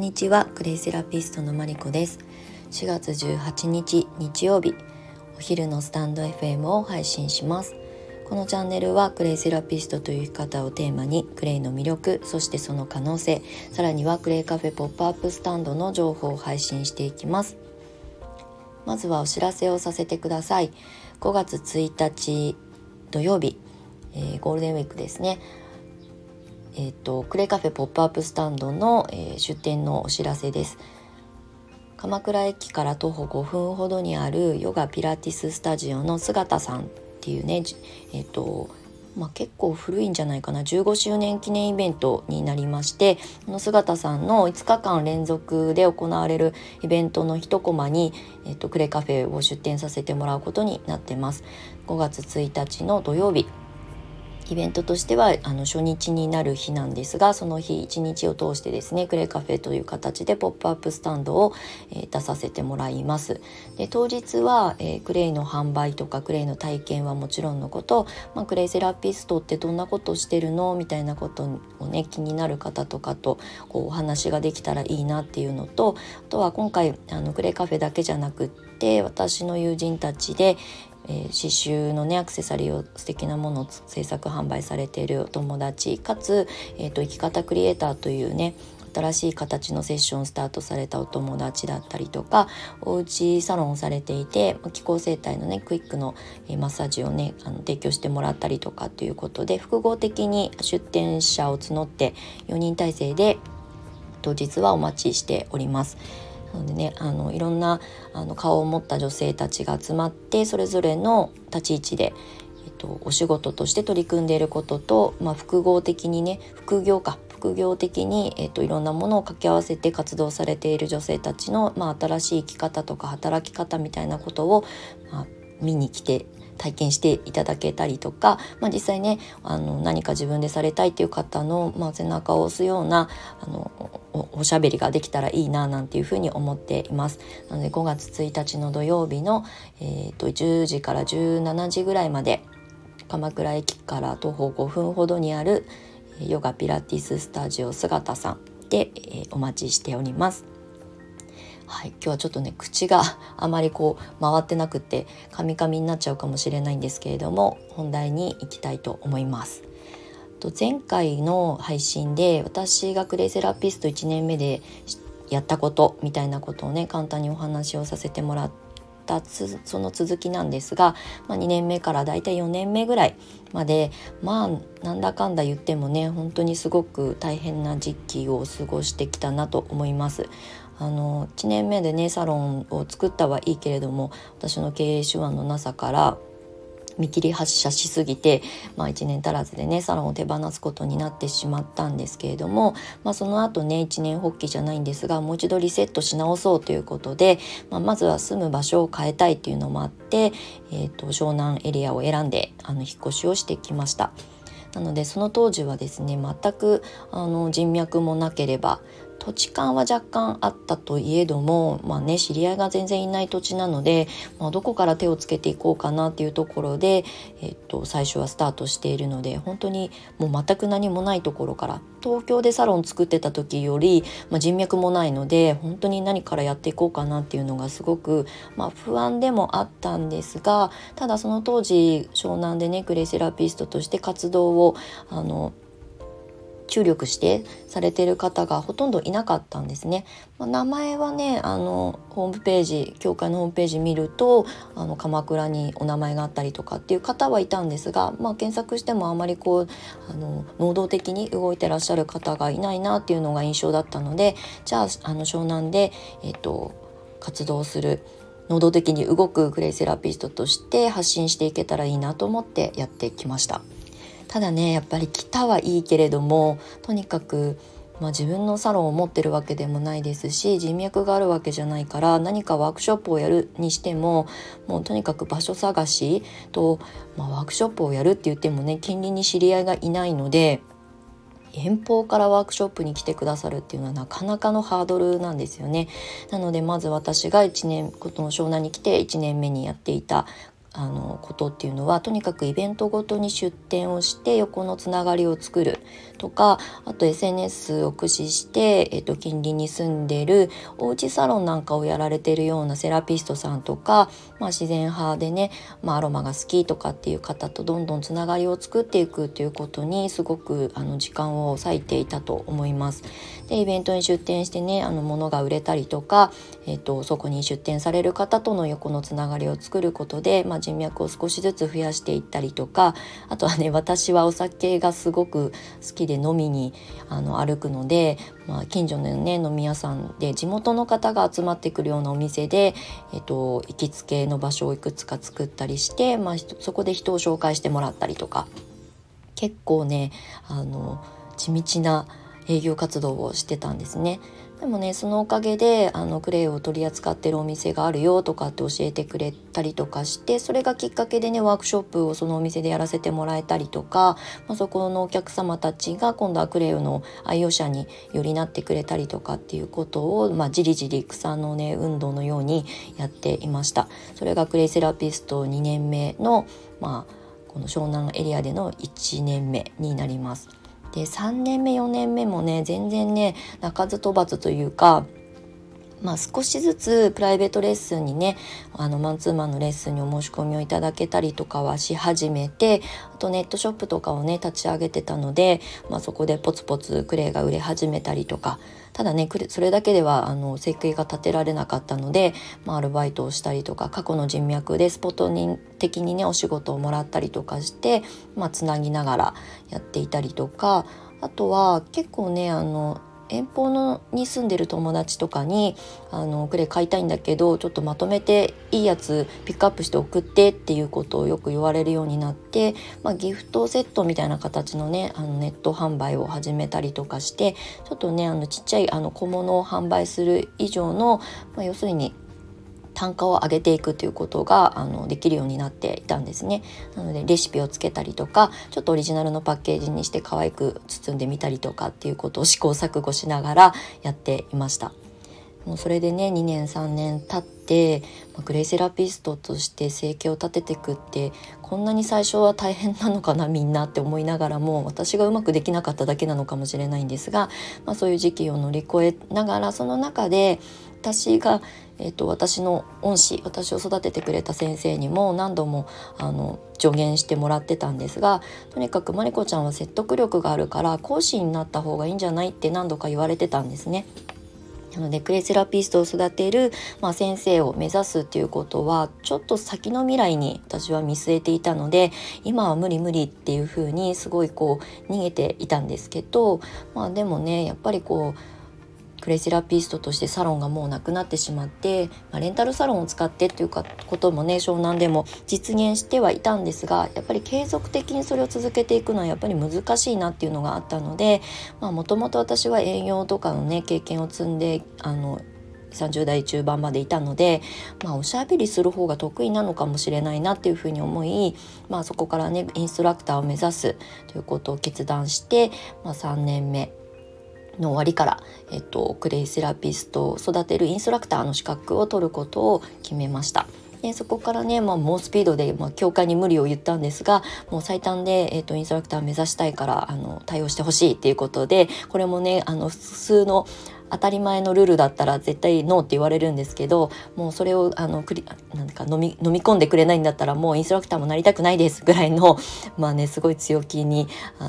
にちは、クレイセラピストのマリコです。4月18日日曜日、お昼のスタンド FM を配信します。このチャンネルはクレイセラピストという生き方をテーマに、クレイの魅力、そしてその可能性、さらにはクレイカフェポップアップスタンドの情報を配信していきます。まずはお知らせをさせてください。5月1日土曜日、ゴールデンウィークですね。クレイカフェポップアップスタンドの、出店のお知らせです。鎌倉駅から徒歩5分ほどにあるヨガピラティススタジオの姿さんっていうね、結構古いんじゃないかな、15周年記念イベントになりまして、この姿さんの5日間連続で行われるイベントの一コマに、クレイカフェを出店させてもらうことになってます。5月1日の土曜日、イベントとしては初日になる日なんですが、その日一日を通してですね、クレイカフェという形でポップアップスタンドを、出させてもらいます。で、当日は、クレイの販売とかクレイの体験はもちろんのこと、クレイセラピストってどんなことしてるのみたいなことをね、気になる方とかとお話ができたらいいなっていうのと、あとは今回クレイカフェだけじゃなくって、私の友人たちで刺繍のねアクセサリーを素敵なものを制作販売されているお友達かつ、生き方クリエイターというね新しい形のセッションをスタートされたお友達だったりとか、おうちサロンをされていて気候生態のねクイックのマッサージをね提供してもらったりとかということで、複合的に出店者を募って4人体制で当日はお待ちしております。なのでね、いろんな顔を持った女性たちが集まって、それぞれの立ち位置で、お仕事として取り組んでいることと、複合的にね副業的に、いろんなものを掛け合わせて活動されている女性たちの、新しい生き方とか働き方みたいなことを、見に来て体験していただけたりとか、実際ね何か自分でされたいという方の、背中を押すようなおしゃべりができたらいいななんていうふうに思っています。なので5月1日の土曜日の、10時から17時ぐらいまで、鎌倉駅から徒歩5分ほどにあるヨガピラティススタジオ姿さんで、お待ちしております。はい、今日はちょっとね口があまり回ってなくてカミカミになっちゃうかもしれないんですけれども、本題に行きたいと思います。前回の配信で私がクレイセラピスト1年目でやったことみたいなことをね簡単にお話をさせてもらったその続きなんですが、2年目からだいたい4年目ぐらいまでなんだかんだ言ってもね本当にすごく大変な時期を過ごしてきたなと思います。1年目でねサロンを作ったはいいけれども、私の経営手腕のなさから見切り発車しすぎて、1年足らずでねサロンを手放すことになってしまったんですけれども、その後ね一年発起じゃないんですが、もう一度リセットし直そうということで、まずは住む場所を変えたいっていうのもあって、湘南エリアを選んで引っ越しをしてきました。なのでその当時はですね全く人脈もなければ、土地勘は若干あったといえども、知り合いが全然いない土地なので、どこから手をつけていこうかなっていうところで、最初はスタートしているので、本当にもう全く何もないところから、東京でサロン作ってた時より、人脈もないので本当に何からやっていこうかなっていうのがすごく、不安でもあったんですが、ただその当時湘南でねクレイセラピストとして活動を注力してされている方がほとんどいなかったんですね。名前はねホームページ、教会のホームページ見ると鎌倉にお名前があったりとかっていう方はいたんですが、検索してもあまり能動的に動いてらっしゃる方がいないなっていうのが印象だったので、じゃあ湘南で、活動する能動的に動くクレイセラピストとして発信していけたらいいなと思ってやってきました。ただねやっぱり来たはいいけれども、とにかく、自分のサロンを持ってるわけでもないですし、人脈があるわけじゃないから、何かワークショップをやるにしてももうとにかく場所探しと、ワークショップをやるって言ってもね近隣に知り合いがいないので、遠方からワークショップに来てくださるっていうのはなかなかのハードルなんですよね。なのでまず私がこの湘南に来て1年目にやっていたことっていうのは、とにかくイベントごとに出店をして横のつながりを作るとか、あと SNS を駆使して、近隣に住んでいるおうちサロンなんかをやられているようなセラピストさんとか、自然派でね、アロマが好きとかっていう方とどんどんつながりを作っていくっていうことにすごく時間を割いていたと思います。でイベントに出店してね、物が売れたりとか、そこに出店される方との横のつながりを作ることで、人脈を少しずつ増やしていったりとか、あとはね、私はお酒がすごく好きで飲みに歩くので、近所のね飲み屋さんで地元の方が集まってくるようなお店で、行きつけの場所をいくつか作ったりして、そこで人を紹介してもらったりとか、結構ね地道な営業活動をしてたんですね。でもね、そのおかげでクレイを取り扱ってるお店があるよとかって教えてくれたりとかして、それがきっかけでねワークショップをそのお店でやらせてもらえたりとか、そこのお客様たちが今度はクレイの愛用者によりなってくれたりとかっていうことを、じりじり草のね運動のようにやっていました。それがクレイセラピスト2年目の、この湘南エリアでの1年目になります。で3年目4年目もね全然ね鳴かず飛ばずというか、少しずつプライベートレッスンにねマンツーマンのレッスンにお申し込みをいただけたりとかはし始めて、あとネットショップとかをね立ち上げてたので、そこでポツポツクレイが売れ始めたりとか、ただねそれだけでは生計が立てられなかったので、アルバイトをしたりとか、過去の人脈でスポット的にねお仕事をもらったりとかして、つなぎながらやっていたりとか、あとは結構ね遠方に住んでる友達とかにクレイ買いたいんだけどちょっとまとめていいやつピックアップして送ってっていうことをよく言われるようになって、ギフトセットみたいな形のねネット販売を始めたりとかして、ちょっとねちっちゃい小物を販売する以上の、要するに単価を上げていくということができるようになっていたんですね。なのでレシピをつけたりとか、ちょっとオリジナルのパッケージにして可愛く包んでみたりとかっていうことを試行錯誤しながらやっていました。もうそれでね2年3年経って、クレイセラピストとして生計を立てていくってこんなに最初は大変なのかなみんなって思いながらも、私がうまくできなかっただけなのかもしれないんですが、そういう時期を乗り越えながら、その中で私が私の恩師、私を育ててくれた先生にも何度も助言してもらってたんですが、とにかくマリコちゃんは説得力があるから講師になった方がいいんじゃないって何度か言われてたんですね。なのでクレイセラピストを育てる、先生を目指すっていうことはちょっと先の未来に私は見据えていたので、今は無理っていう風にすごい逃げていたんですけど、でもねやっぱりクレイセラピストとしてサロンがもうなくなってしまって、レンタルサロンを使ってっていうこともね湘南でも実現してはいたんですが、やっぱり継続的にそれを続けていくのはやっぱり難しいなっていうのがあったので、もともと私は営業とかのね経験を積んで30代中盤までいたので、おしゃべりする方が得意なのかもしれないなっていうふうに思い、そこからねインストラクターを目指すということを決断して、3年目の終わりから、クレイセラピストを育てるインストラクターの資格を取ることを決めました。でそこからね、猛スピードで、教会に無理を言ったんですが、もう最短で、インストラクターを目指したいから対応してほしいっていうことで、これもね普通の当たり前のルールだったら絶対ノーって言われるんですけど、もうそれをなんか飲み込んでくれないんだったらもうインストラクターもなりたくないですぐらいのすごい強気に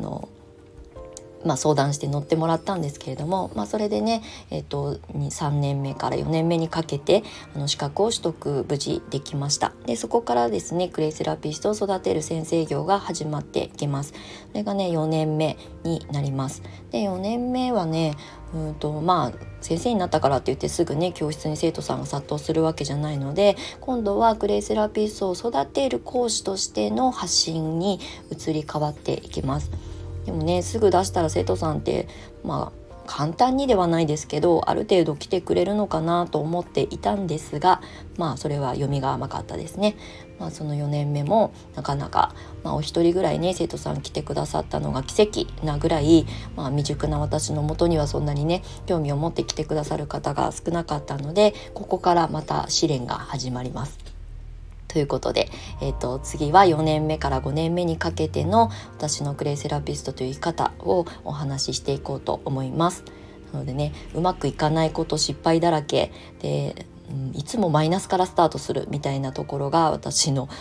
相談して乗ってもらったんですけれども、それでね、3年目から4年目にかけて資格を取得無事できました。でそこからですねクレイセラピストを育てる先生業が始まっていきます。それがね4年目になります。で4年目はね先生になったからって言ってすぐね教室に生徒さんが殺到するわけじゃないので、今度はクレイセラピストを育てる講師としての発信に移り変わっていきます。でもねすぐ出したら生徒さんって簡単にではないですけどある程度来てくれるのかなと思っていたんですが、それは読みが甘かったですね。その4年目もなかなか、お一人ぐらいね生徒さん来てくださったのが奇跡なぐらい、未熟な私のもとにはそんなにね興味を持って来てくださる方が少なかったので、ここからまた試練が始まります。 ということで、次は4年目から5年目にかけての私のクレイセラピストという生き方をお話ししていこうと思います。なのでね、うまくいかないこと、失敗だらけで、いつもマイナスからスタートするみたいなところが私の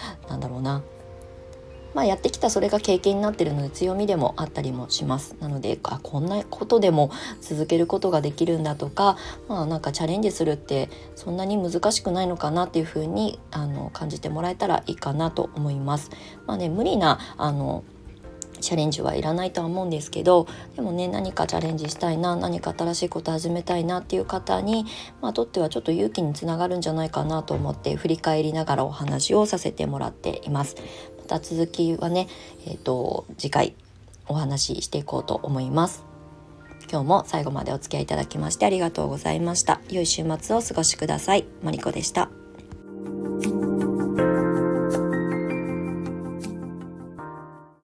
やってきたそれが経験になっているので強みでもあったりもします。なのでこんなことでも続けることができるんだとか、チャレンジするってそんなに難しくないのかなっていうふうに感じてもらえたらいいかなと思います。無理なチャレンジはいらないとは思うんですけど、でもね、何かチャレンジしたいな、何か新しいこと始めたいなっていう方に、とってはちょっと勇気につながるんじゃないかなと思って振り返りながらお話をさせてもらっています。また続きはね、次回お話ししていこうと思います。今日も最後までお付き合いいただきましてありがとうございました。良い週末をお過ごしください。マリコでした。